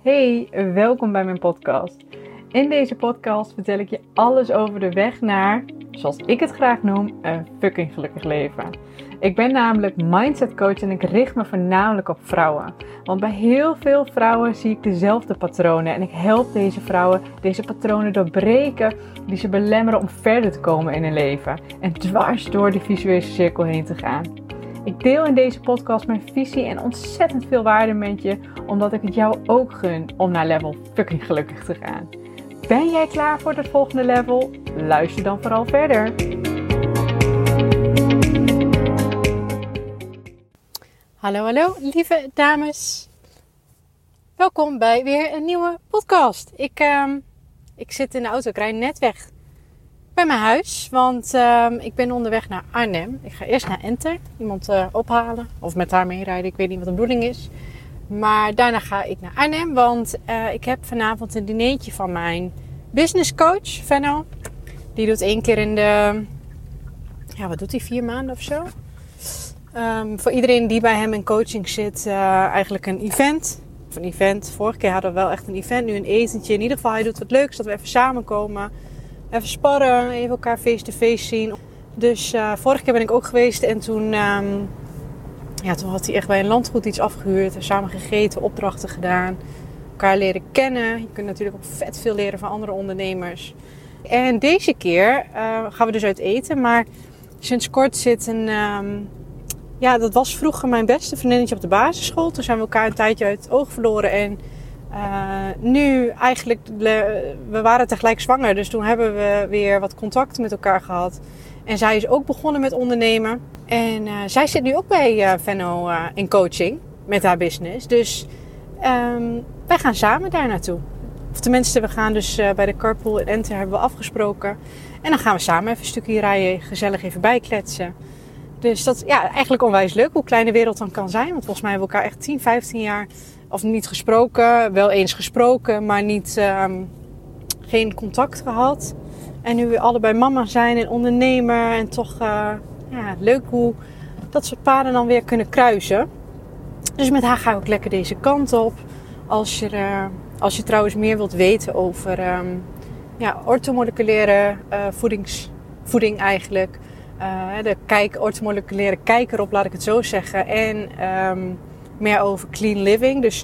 Hey, welkom bij mijn podcast. In deze podcast vertel ik je alles over de weg naar, zoals ik het graag noem, een fucking gelukkig leven. Ik ben namelijk mindset coach en ik richt me voornamelijk op vrouwen. Want bij heel veel vrouwen zie ik dezelfde patronen en ik help deze vrouwen deze patronen doorbreken die ze belemmeren om verder te komen in hun leven en dwars door de visuele cirkel heen te gaan. Ik deel in deze podcast mijn visie en ontzettend veel waarde met je, omdat ik het jou ook gun om naar level fucking gelukkig te gaan. Ben jij klaar voor het volgende level? Luister dan vooral verder. Hallo lieve dames. Welkom bij weer een nieuwe podcast. Ik zit in de auto, ik rijd net weg bij mijn huis, want ik ben onderweg naar Arnhem. Ik ga eerst naar Enter, iemand ophalen of met haar meerijden, ik weet niet wat de bedoeling is. Maar daarna ga ik naar Arnhem, want ik heb vanavond een dinertje van mijn business coach, Venno. Die doet 1 keer in de, wat doet hij, 4 maanden of zo. Voor iedereen die bij hem in coaching zit, eigenlijk een event. Of een event, vorige keer hadden we wel echt een event, nu een etentje. In ieder geval, hij doet wat leuks, dat we even samenkomen. Even sparren, even elkaar face-to-face zien. Dus vorige keer ben ik ook geweest en toen had hij echt bij een landgoed iets afgehuurd. Samen gegeten, opdrachten gedaan. Elkaar leren kennen. Je kunt natuurlijk ook vet veel leren van andere ondernemers. En deze keer gaan we dus uit eten. Maar sinds kort zit dat was vroeger mijn beste vriendinnetje op de basisschool. Toen zijn we elkaar een tijdje uit het oog verloren. En nu eigenlijk, we waren tegelijk zwanger. Dus toen hebben we weer wat contact met elkaar gehad. En zij is ook begonnen met ondernemen. En zij zit nu ook bij Venno in coaching met haar business. Dus wij gaan samen daar naartoe. Of tenminste, we gaan dus bij de carpool in Enter hebben we afgesproken. En dan gaan we samen even een stukje rijden, gezellig even bijkletsen. Dus dat is eigenlijk onwijs leuk hoe klein de wereld dan kan zijn. Want volgens mij hebben we elkaar echt 10, 15 jaar of niet gesproken. Wel eens gesproken, maar geen contact gehad. En nu we allebei mama zijn en ondernemer. En toch leuk hoe dat soort paden dan weer kunnen kruisen. Dus met haar ga ik ook lekker deze kant op. Als je trouwens meer wilt weten over orthomoleculaire voeding eigenlijk. De orthomoleculaire kijk erop, laat ik het zo zeggen. En meer over clean living. Dus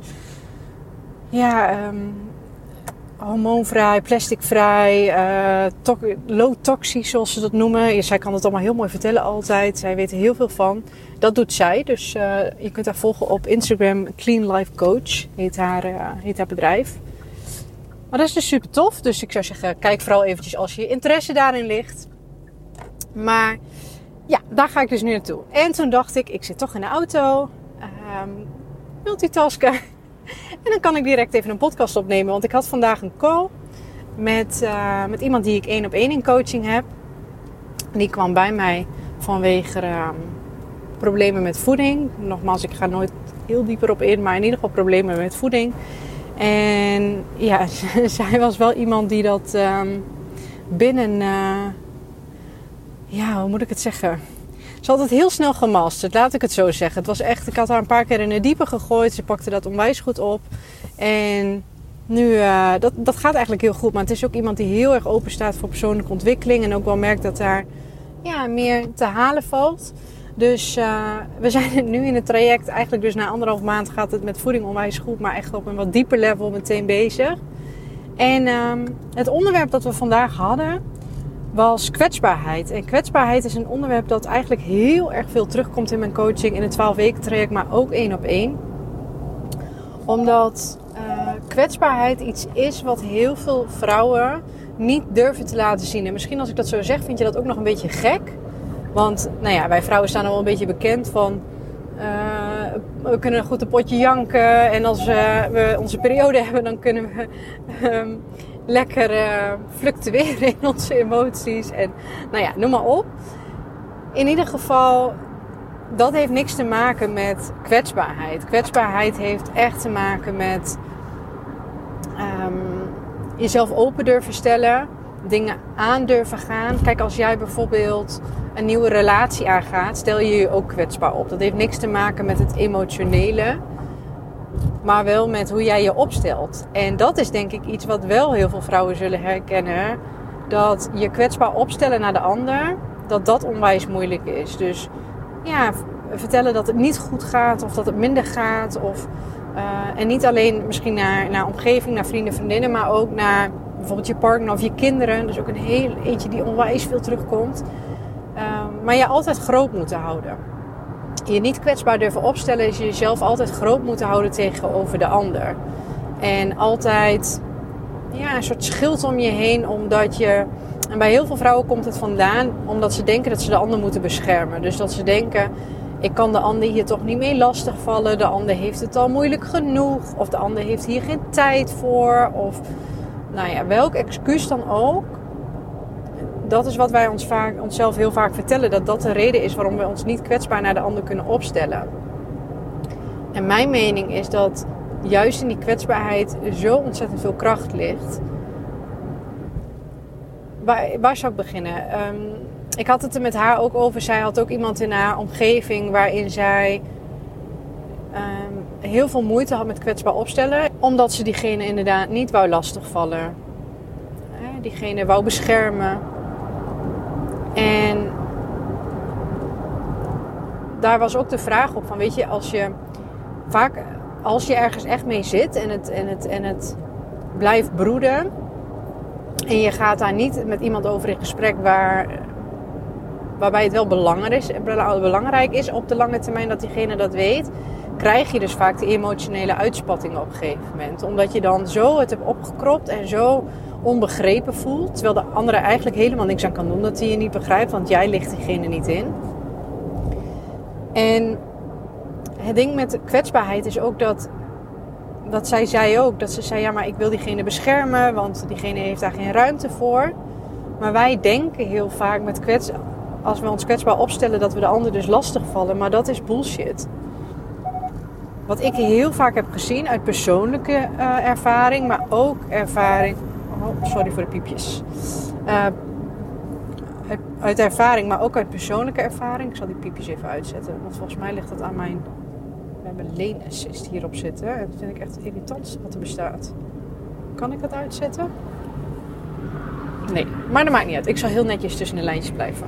hormoonvrij, plasticvrij, low toxic zoals ze dat noemen. Zij kan het allemaal heel mooi vertellen altijd. Zij weet er heel veel van. Dat doet zij. Dus je kunt haar volgen op Instagram. Clean Life Coach heet haar bedrijf. Maar dat is dus super tof. Dus ik zou zeggen, kijk vooral eventjes als je interesse daarin ligt. Maar ja, daar ga ik dus nu naartoe. En toen dacht ik zit toch in de auto. Multitasken. En dan kan ik direct even een podcast opnemen. Want ik had vandaag een call met iemand die ik 1-op-1 in coaching heb. Die kwam bij mij vanwege problemen met voeding. Nogmaals, ik ga nooit heel dieper op in. Maar in ieder geval problemen met voeding. En ja, zij was wel iemand die dat binnen... hoe moet ik het zeggen? Ze had het heel snel gemasterd, laat ik het zo zeggen. Het was echt, ik had haar een paar keer in de diepe gegooid. Ze pakte dat onwijs goed op. En nu, dat gaat eigenlijk heel goed. Maar het is ook iemand die heel erg open staat voor persoonlijke ontwikkeling. En ook wel merkt dat daar meer te halen valt. Dus we zijn nu in het traject. Eigenlijk dus na 1,5 maand gaat het met voeding onwijs goed. Maar echt op een wat dieper level meteen bezig. En het onderwerp dat we vandaag hadden was kwetsbaarheid. En kwetsbaarheid is een onderwerp dat eigenlijk heel erg veel terugkomt in mijn coaching. In het 12-weken traject, maar ook 1-op-1. Omdat kwetsbaarheid iets is wat heel veel vrouwen niet durven te laten zien. En misschien als ik dat zo zeg, vind je dat ook nog een beetje gek. Want wij vrouwen staan al wel een beetje bekend van... we kunnen goed een potje janken. En als we onze periode hebben, dan kunnen we... lekker fluctueren in onze emoties. En noem maar op. In ieder geval, dat heeft niks te maken met kwetsbaarheid. Kwetsbaarheid heeft echt te maken met jezelf open durven stellen. Dingen aan durven gaan. Kijk, als jij bijvoorbeeld een nieuwe relatie aangaat, stel je je ook kwetsbaar op. Dat heeft niks te maken met het emotionele. maar wel met hoe jij je opstelt. En dat is denk ik iets wat wel heel veel vrouwen zullen herkennen. Dat je kwetsbaar opstellen naar de ander, dat onwijs moeilijk is. Dus ja, vertellen dat het niet goed gaat of dat het minder gaat. En niet alleen misschien naar omgeving, naar vrienden, vriendinnen, maar ook naar bijvoorbeeld je partner of je kinderen. Dus ook eentje die onwijs veel terugkomt. Maar je altijd groot moeten houden. Je niet kwetsbaar durven opstellen is jezelf altijd groot moeten houden tegenover de ander. En altijd een soort schild om je heen, omdat je... En bij heel veel vrouwen komt het vandaan omdat ze denken dat ze de ander moeten beschermen. Dus dat ze denken, ik kan de ander hier toch niet mee lastigvallen. De ander heeft het al moeilijk genoeg. Of de ander heeft hier geen tijd voor. Of welk excuus dan ook. Dat is wat wij onszelf heel vaak vertellen. Dat de reden is waarom we ons niet kwetsbaar naar de ander kunnen opstellen. En mijn mening is dat juist in die kwetsbaarheid zo ontzettend veel kracht ligt. Waar zou ik beginnen? Ik had het er met haar ook over. Zij had ook iemand in haar omgeving waarin zij heel veel moeite had met kwetsbaar opstellen. Omdat ze diegene inderdaad niet wou lastigvallen. Diegene wou beschermen. En daar was ook de vraag op van, weet je, als je ergens echt mee zit en het blijft broeden en je gaat daar niet met iemand over in gesprek waarbij het wel belangrijk is op de lange termijn dat diegene dat weet, krijg je dus vaak die emotionele uitspattingen op een gegeven moment. Omdat je dan zo het hebt opgekropt en zo onbegrepen voelt, terwijl de andere eigenlijk helemaal niks aan kan doen dat hij je niet begrijpt, want jij ligt diegene niet in. En het ding met kwetsbaarheid is ook dat zij zei ook, dat ze zei, ja, maar ik wil diegene beschermen, want diegene heeft daar geen ruimte voor. Maar wij denken heel vaak als we ons kwetsbaar opstellen, dat we de ander dus lastig vallen, maar dat is bullshit. Wat ik heel vaak heb gezien uit persoonlijke ervaring, maar ook ervaring... Oh, sorry voor de piepjes. Uit ervaring, maar ook uit persoonlijke ervaring. Ik zal die piepjes even uitzetten, want volgens mij ligt dat aan mijn leenassist hierop zitten. En dat vind ik echt het irritantste wat er bestaat. Kan ik dat uitzetten? Nee, maar dat maakt niet uit. Ik zal heel netjes tussen de lijntjes blijven.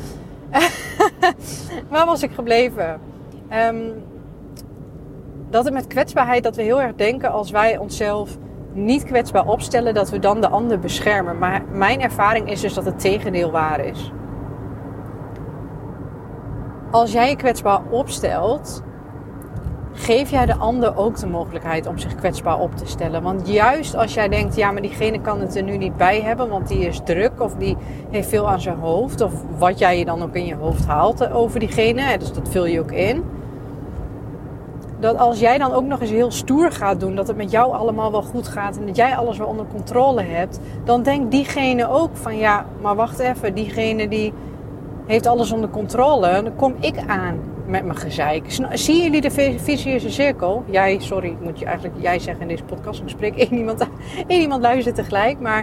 Waar was ik gebleven? Dat het met kwetsbaarheid, dat we heel erg denken als wij onszelf niet kwetsbaar opstellen, dat we dan de ander beschermen. Maar mijn ervaring is dus dat het tegendeel waar is. Als jij je kwetsbaar opstelt, geef jij de ander ook de mogelijkheid om zich kwetsbaar op te stellen. Want juist als jij denkt, ja, maar diegene kan het er nu niet bij hebben, want die is druk of die heeft veel aan zijn hoofd, of wat jij je dan ook in je hoofd haalt over diegene, dus dat vul je ook in. Dat als jij dan ook nog eens heel stoer gaat doen, dat het met jou allemaal wel goed gaat en dat jij alles wel onder controle hebt, dan denkt diegene ook van, ja, maar wacht even, diegene die heeft alles onder controle, dan kom ik aan met mijn gezeik. Zien jullie de vicieuze cirkel? Moet je eigenlijk jij zeggen in deze podcast, ik spreek één iemand luistert tegelijk, maar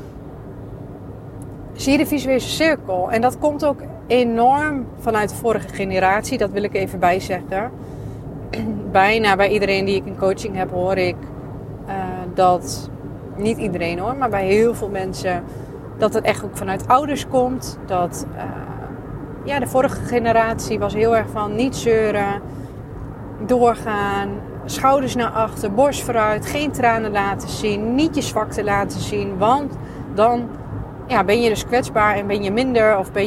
zie je de vicieuze cirkel? En dat komt ook enorm vanuit de vorige generatie, dat wil ik even bijzeggen. Bijna bij iedereen die ik in coaching heb, hoor ik dat, niet iedereen hoor, maar bij heel veel mensen, dat het echt ook vanuit ouders komt. Dat de vorige generatie was heel erg van niet zeuren, doorgaan, schouders naar achter, borst vooruit, geen tranen laten zien, niet je zwakte laten zien, want dan ben je dus kwetsbaar en ben je minder of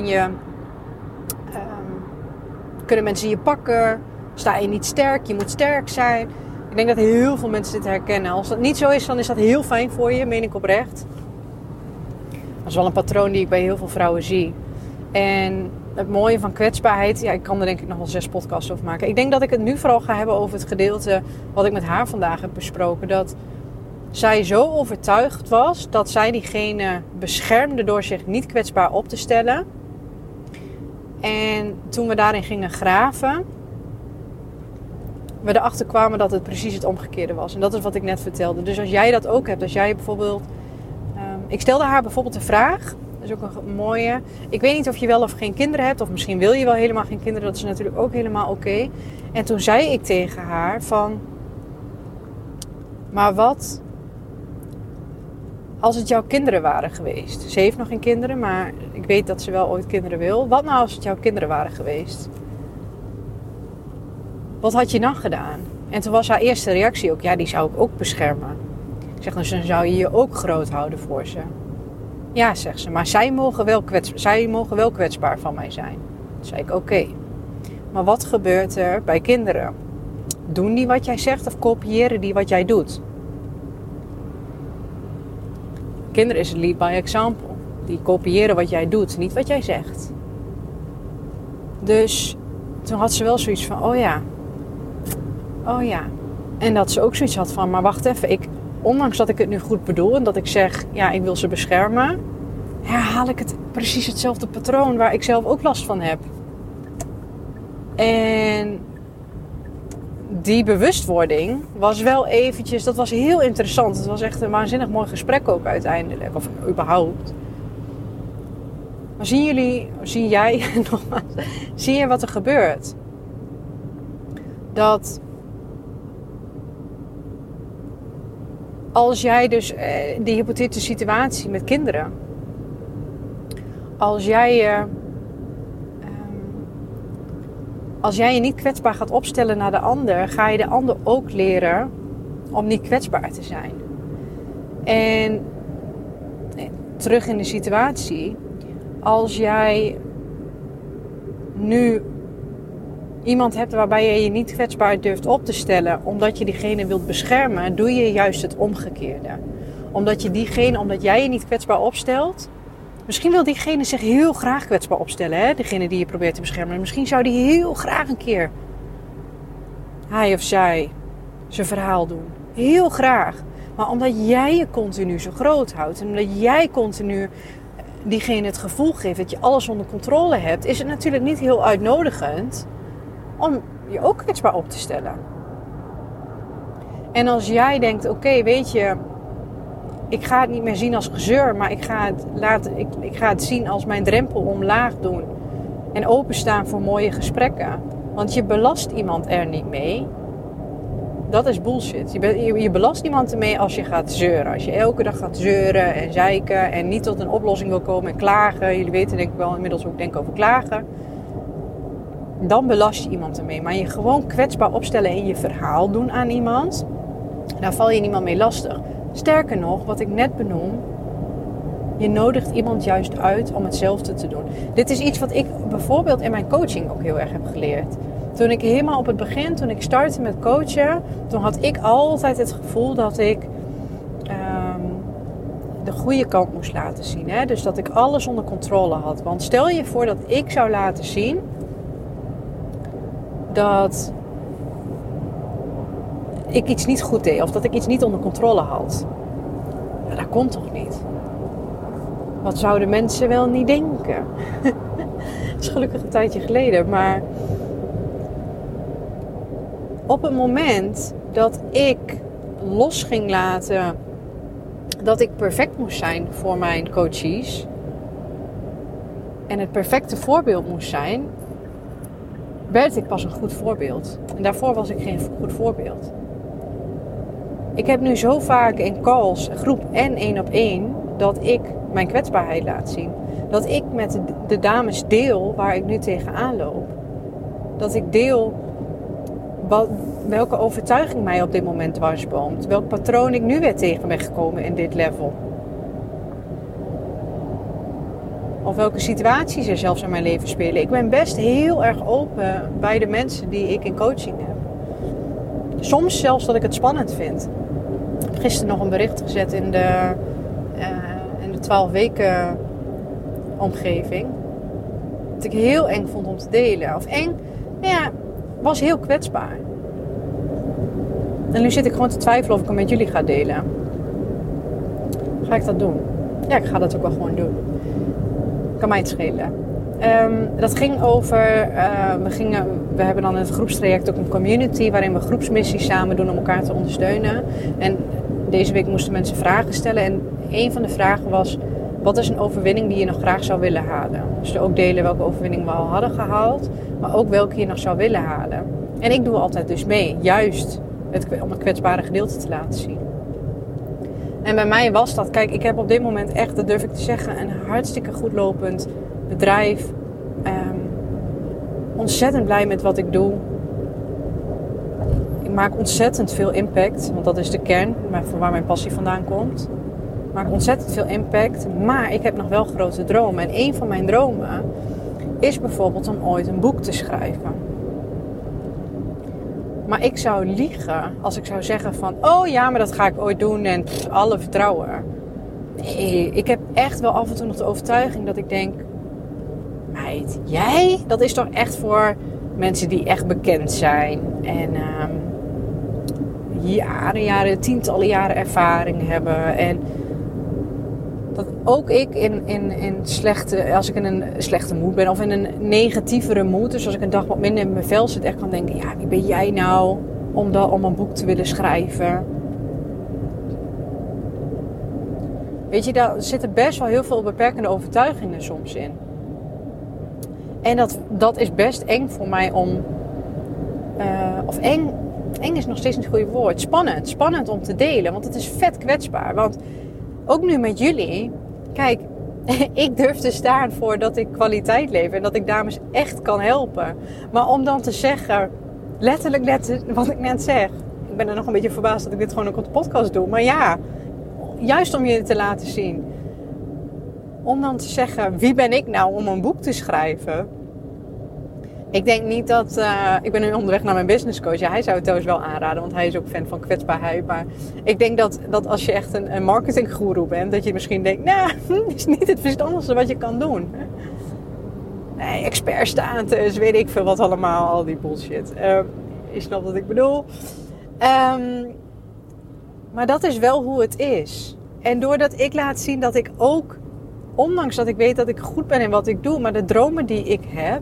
kunnen mensen je pakken. Sta je niet sterk, je moet sterk zijn. Ik denk dat heel veel mensen dit herkennen. Als dat niet zo is, dan is dat heel fijn voor je, meen ik oprecht. Dat is wel een patroon die ik bij heel veel vrouwen zie. En het mooie van kwetsbaarheid, ik kan er denk ik nog wel 6 podcasts over maken. Ik denk dat ik het nu vooral ga hebben over het gedeelte wat ik met haar vandaag heb besproken. Dat zij zo overtuigd was dat zij diegene beschermde door zich niet kwetsbaar op te stellen. En toen we daarin gingen graven, we erachter kwamen dat het precies het omgekeerde was. En dat is wat ik net vertelde. Dus als jij dat ook hebt, als jij bijvoorbeeld... ik stelde haar bijvoorbeeld de vraag, dat is ook een mooie. Ik weet niet of je wel of geen kinderen hebt, of misschien wil je wel helemaal geen kinderen. Dat is natuurlijk ook helemaal oké. En toen zei ik tegen haar van, Maar wat als het jouw kinderen waren geweest? Ze heeft nog geen kinderen, maar ik weet dat ze wel ooit kinderen wil. Wat nou als het jouw kinderen waren geweest? Wat had je dan gedaan? En toen was haar eerste reactie ook, ja, die zou ik ook beschermen. Ik zeg, dus dan zou je je ook groot houden voor ze. Ja, zegt ze, maar zij mogen wel kwetsbaar van mij zijn. Toen zei ik, oké. Maar wat gebeurt er bij kinderen? Doen die wat jij zegt of kopiëren die wat jij doet? Kinderen is het lead by example. Die kopiëren wat jij doet, niet wat jij zegt. Dus toen had ze wel zoiets van, oh ja. En dat ze ook zoiets had van, maar wacht even. Ondanks dat ik het nu goed bedoel en dat ik zeg, ja, ik wil ze beschermen, herhaal ik het precies hetzelfde patroon waar ik zelf ook last van heb. En die bewustwording was wel eventjes, dat was heel interessant. Het was echt een waanzinnig mooi gesprek ook uiteindelijk, of überhaupt. Maar zie jij nogmaals, zie je wat er gebeurt? Dat als jij dus die hypothetische situatie met kinderen, als jij je niet kwetsbaar gaat opstellen naar de ander, ga je de ander ook leren om niet kwetsbaar te zijn. En terug in de situatie, als jij nu iemand hebt waarbij je je niet kwetsbaar durft op te stellen, omdat je diegene wilt beschermen, doe je juist het omgekeerde. Omdat jij je niet kwetsbaar opstelt, misschien wil diegene zich heel graag kwetsbaar opstellen, hè? Degene die je probeert te beschermen. Misschien zou die heel graag een keer, hij of zij, zijn verhaal doen. Heel graag. Maar omdat jij je continu zo groot houdt en omdat jij continu diegene het gevoel geeft dat je alles onder controle hebt, is het natuurlijk niet heel uitnodigend om je ook kwetsbaar op te stellen. En als jij denkt, oké, weet je, ik ga het niet meer zien als gezeur, maar ik ga het zien als mijn drempel omlaag doen. En openstaan voor mooie gesprekken. Want je belast iemand er niet mee. Dat is bullshit. Je belast niemand ermee als je gaat zeuren. Als je elke dag gaat zeuren en zeiken en niet tot een oplossing wil komen en klagen. Jullie weten denk ik wel inmiddels hoe ik denk over klagen. Dan belast je iemand ermee. Maar je gewoon kwetsbaar opstellen en je verhaal doen aan iemand, daar val je niemand mee lastig. Sterker nog, wat ik net benoem, je nodigt iemand juist uit om hetzelfde te doen. Dit is iets wat ik bijvoorbeeld in mijn coaching ook heel erg heb geleerd. Toen ik helemaal op het begin, toen ik startte met coachen, toen had ik altijd het gevoel dat ik de goede kant moest laten zien. Hè? Dus dat ik alles onder controle had. Want stel je voor dat ik zou laten zien dat ik iets niet goed deed of dat ik iets niet onder controle had. Ja, dat komt toch niet? Wat zouden mensen wel niet denken? Dat is gelukkig een tijdje geleden, maar op het moment dat ik los ging laten dat ik perfect moest zijn voor mijn coaches en het perfecte voorbeeld moest zijn, werd ik pas een goed voorbeeld. En daarvoor was ik geen goed voorbeeld. Ik heb nu zo vaak in calls, groep en 1-op-1, dat ik mijn kwetsbaarheid laat zien. Dat ik met de dames deel waar ik nu tegenaan loop. Dat ik deel welke overtuiging mij op dit moment dwarsboomt. Welk patroon ik nu weer tegen ben gekomen in dit level. Of welke situaties er zelfs in mijn leven spelen. Ik ben best heel erg open bij de mensen die ik in coaching heb. Soms zelfs dat ik het spannend vind. Ik heb gisteren nog een bericht gezet in de 12 weken omgeving. Dat ik heel eng vond om te delen. Of eng, was heel kwetsbaar. En nu zit ik gewoon te twijfelen of ik hem met jullie ga delen. Ga ik dat doen? Ja, ik ga dat ook wel gewoon doen. Kan mij het schelen. Dat ging over, we hebben dan in het groepstraject ook een community waarin we groepsmissies samen doen om elkaar te ondersteunen. En deze week moesten mensen vragen stellen en een van de vragen was, wat is een overwinning die je nog graag zou willen halen? Dus ook delen welke overwinning we al hadden gehaald, maar ook welke je nog zou willen halen. En ik doe altijd dus mee, juist om het kwetsbare gedeelte te laten zien. En bij mij was dat, kijk, ik heb op dit moment echt, dat durf ik te zeggen, een hartstikke goed lopend bedrijf. Ontzettend blij met wat ik doe. Ik maak ontzettend veel impact, want dat is de kern van waar mijn passie vandaan komt. Ik maak ontzettend veel impact, maar ik heb nog wel grote dromen. En een van mijn dromen is bijvoorbeeld om ooit een boek te schrijven. Maar ik zou liegen als ik zou zeggen van, oh ja, maar dat ga ik ooit doen en alle vertrouwen. Nee, ik heb echt wel af en toe nog de overtuiging dat ik denk, meid, jij? Dat is toch echt voor mensen die echt bekend zijn en tientallen jaren ervaring hebben. En dat ook ik als ik in een slechte moed ben of in een negatievere moed, dus als ik een dag wat minder in mijn vel zit, echt kan denken, ja, wie ben jij nou om een boek te willen schrijven? Weet je, daar zitten best wel heel veel beperkende overtuigingen soms in. En dat is best eng voor mij om... eng is nog steeds niet het goede woord. Spannend om te delen. Want het is vet kwetsbaar. Want ook nu met jullie... Kijk, ik durf te staan voor dat ik kwaliteit leef. En dat ik dames echt kan helpen. Maar om dan te zeggen... Letterlijk net wat ik net zeg. Ik ben er nog een beetje verbaasd dat ik dit gewoon ook op de podcast doe. Maar ja, juist om je te laten zien. Om dan te zeggen, wie ben ik nou om een boek te schrijven? Ik denk niet dat... ik ben nu onderweg naar mijn business coach. Ja, hij zou het trouwens wel aanraden, want hij is ook fan van kwetsbaarheid. Maar ik denk dat als je echt een marketinggoeroe bent, dat je misschien denkt, nou, is niet het verstandigste wat je kan doen. Nee, expertstatus, weet ik veel wat allemaal, al die bullshit. Je snapt wat ik bedoel. Maar dat is wel hoe het is. En doordat ik laat zien dat ik ook, ondanks dat ik weet dat ik goed ben in wat ik doe, maar de dromen die ik heb,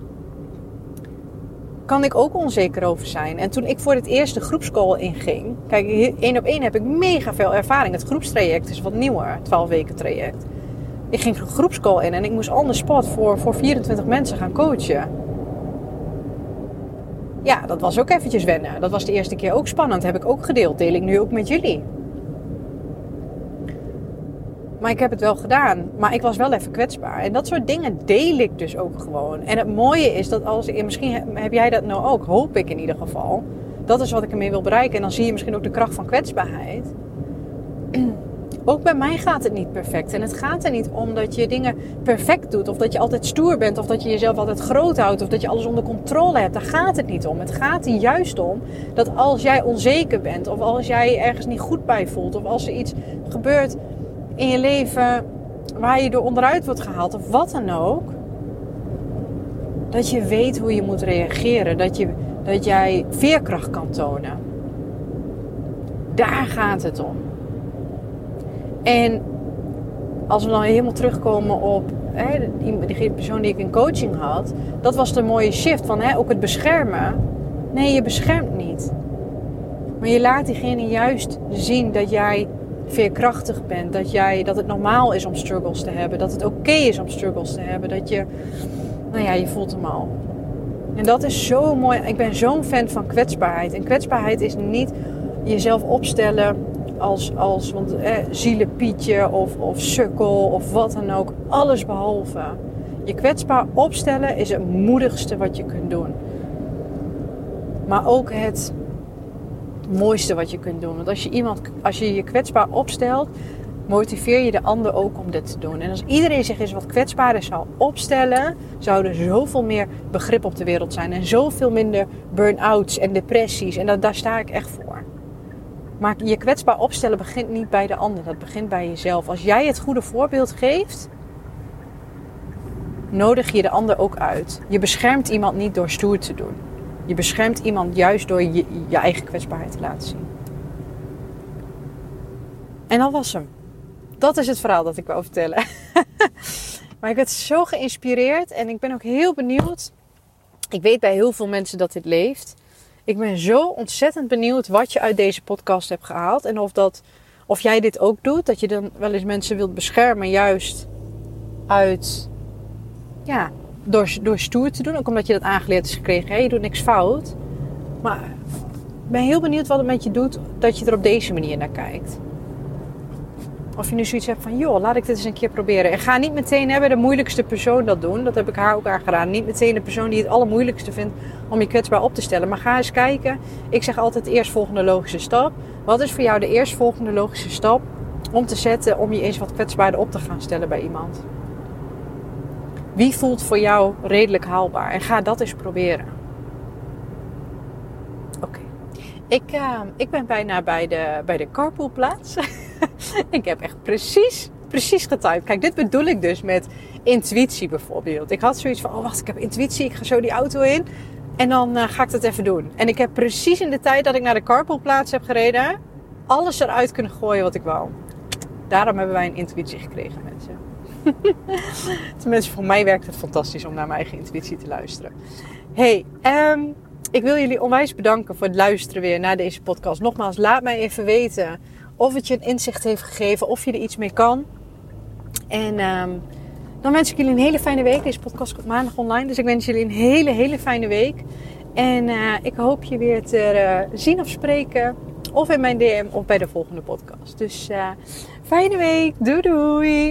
kan ik ook onzeker over zijn. En toen ik voor het eerst de groepscall inging, kijk, 1-op-1 heb ik mega veel ervaring. Het groepstraject is wat nieuwer, 12 weken traject. Ik ging een groepscall in en ik moest on the spot voor 24 mensen gaan coachen. Ja, dat was ook eventjes wennen. Dat was de eerste keer ook spannend. Heb ik ook gedeeld. Deel ik nu ook met jullie. Maar ik heb het wel gedaan. Maar ik was wel even kwetsbaar. En dat soort dingen deel ik dus ook gewoon. En het mooie is dat misschien heb jij dat nou ook. Hoop ik in ieder geval. Dat is wat ik ermee wil bereiken. En dan zie je misschien ook de kracht van kwetsbaarheid. Ook bij mij gaat het niet perfect. En het gaat er niet om dat je dingen perfect doet. Of dat je altijd stoer bent. Of dat je jezelf altijd groot houdt. Of dat je alles onder controle hebt. Daar gaat het niet om. Het gaat er juist om dat als jij onzeker bent. Of als jij ergens niet goed bij voelt. Of als er iets gebeurt in je leven waar je door onderuit wordt gehaald. Of wat dan ook. Dat je weet hoe je moet reageren. Dat jij veerkracht kan tonen. Daar gaat het om. En als we dan helemaal terugkomen op die persoon die ik in coaching had. Dat was de mooie shift van ook het beschermen. Nee, je beschermt niet. Maar je laat diegene juist zien dat jij veerkrachtig bent. Dat het normaal is om struggles te hebben. Dat het oké is om struggles te hebben. Dat je, je voelt hem al. En dat is zo mooi. Ik ben zo'n fan van kwetsbaarheid. En kwetsbaarheid is niet jezelf opstellen als zielepietje of sukkel of wat dan ook. Alles behalve. Je kwetsbaar opstellen is het moedigste wat je kunt doen. Maar ook het mooiste wat je kunt doen. Want als je je kwetsbaar opstelt, motiveer je de ander ook om dit te doen. En als iedereen zich eens wat kwetsbaarder zou opstellen, zou er zoveel meer begrip op de wereld zijn. En zoveel minder burn-outs en depressies. En daar sta ik echt voor. Maar je kwetsbaar opstellen begint niet bij de ander. Dat begint bij jezelf. Als jij het goede voorbeeld geeft, nodig je de ander ook uit. Je beschermt iemand niet door stoer te doen. Je beschermt iemand juist door je eigen kwetsbaarheid te laten zien. En dat was hem. Dat is het verhaal dat ik wou vertellen. Maar ik werd zo geïnspireerd en ik ben ook heel benieuwd. Ik weet bij heel veel mensen dat dit leeft. Ik ben zo ontzettend benieuwd wat je uit deze podcast hebt gehaald. En of jij dit ook doet. Dat je dan wel eens mensen wilt beschermen juist uit... Ja, door stoer te doen. Ook omdat je dat aangeleerd is gekregen. Je doet niks fout. Maar ben heel benieuwd wat het met je doet dat je er op deze manier naar kijkt. Of je nu zoiets hebt van, joh, laat ik dit eens een keer proberen. En ga niet meteen bij de moeilijkste persoon dat doen. Dat heb ik haar ook aangeraden. Niet meteen de persoon die het allermoeilijkste vindt om je kwetsbaar op te stellen. Maar ga eens kijken. Ik zeg altijd eerstvolgende logische stap. Wat is voor jou de eerstvolgende logische stap om te zetten om je eens wat kwetsbaarder op te gaan stellen bij iemand? Wie voelt voor jou redelijk haalbaar? En ga dat eens proberen. Oké. Ik ben bijna bij de carpoolplaats. Ik heb echt precies getypt. Kijk, dit bedoel ik dus met intuïtie bijvoorbeeld. Ik had zoiets van, oh wacht, ik heb intuïtie. Ik ga zo die auto in. En dan ga ik dat even doen. En ik heb precies in de tijd dat ik naar de carpoolplaats heb gereden, alles eruit kunnen gooien wat ik wou. Daarom hebben wij een intuïtie gekregen, mensen. Tenminste, voor mij werkt het fantastisch om naar mijn eigen intuïtie te luisteren. Hey, ik wil jullie onwijs bedanken voor het luisteren weer naar deze podcast. Nogmaals, laat mij even weten of het je een inzicht heeft gegeven, of je er iets mee kan. En dan wens ik jullie een hele fijne week. Deze podcast komt maandag online, dus ik wens jullie een hele fijne week. En ik hoop je weer te zien of spreken, of in mijn DM of bij de volgende podcast. Dus fijne week, doei doei!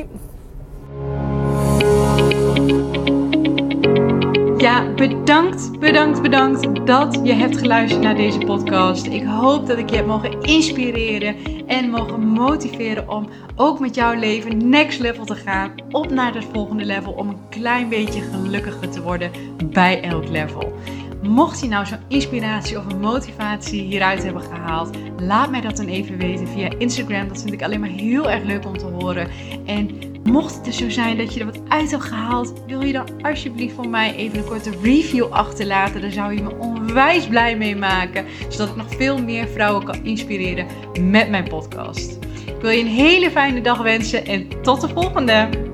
Ja, bedankt dat je hebt geluisterd naar deze podcast. Ik hoop dat ik je heb mogen inspireren en mogen motiveren om ook met jouw leven next level te gaan. Op naar het volgende level om een klein beetje gelukkiger te worden bij elk level. Mocht je nou zo'n inspiratie of een motivatie hieruit hebben gehaald, laat mij dat dan even weten via Instagram. Dat vind ik alleen maar heel erg leuk om te horen. En mocht het dus zo zijn dat je er wat uit hebt gehaald, wil je dan alsjeblieft voor mij even een korte review achterlaten. Daar zou je me onwijs blij mee maken, zodat ik nog veel meer vrouwen kan inspireren met mijn podcast. Ik wil je een hele fijne dag wensen en tot de volgende!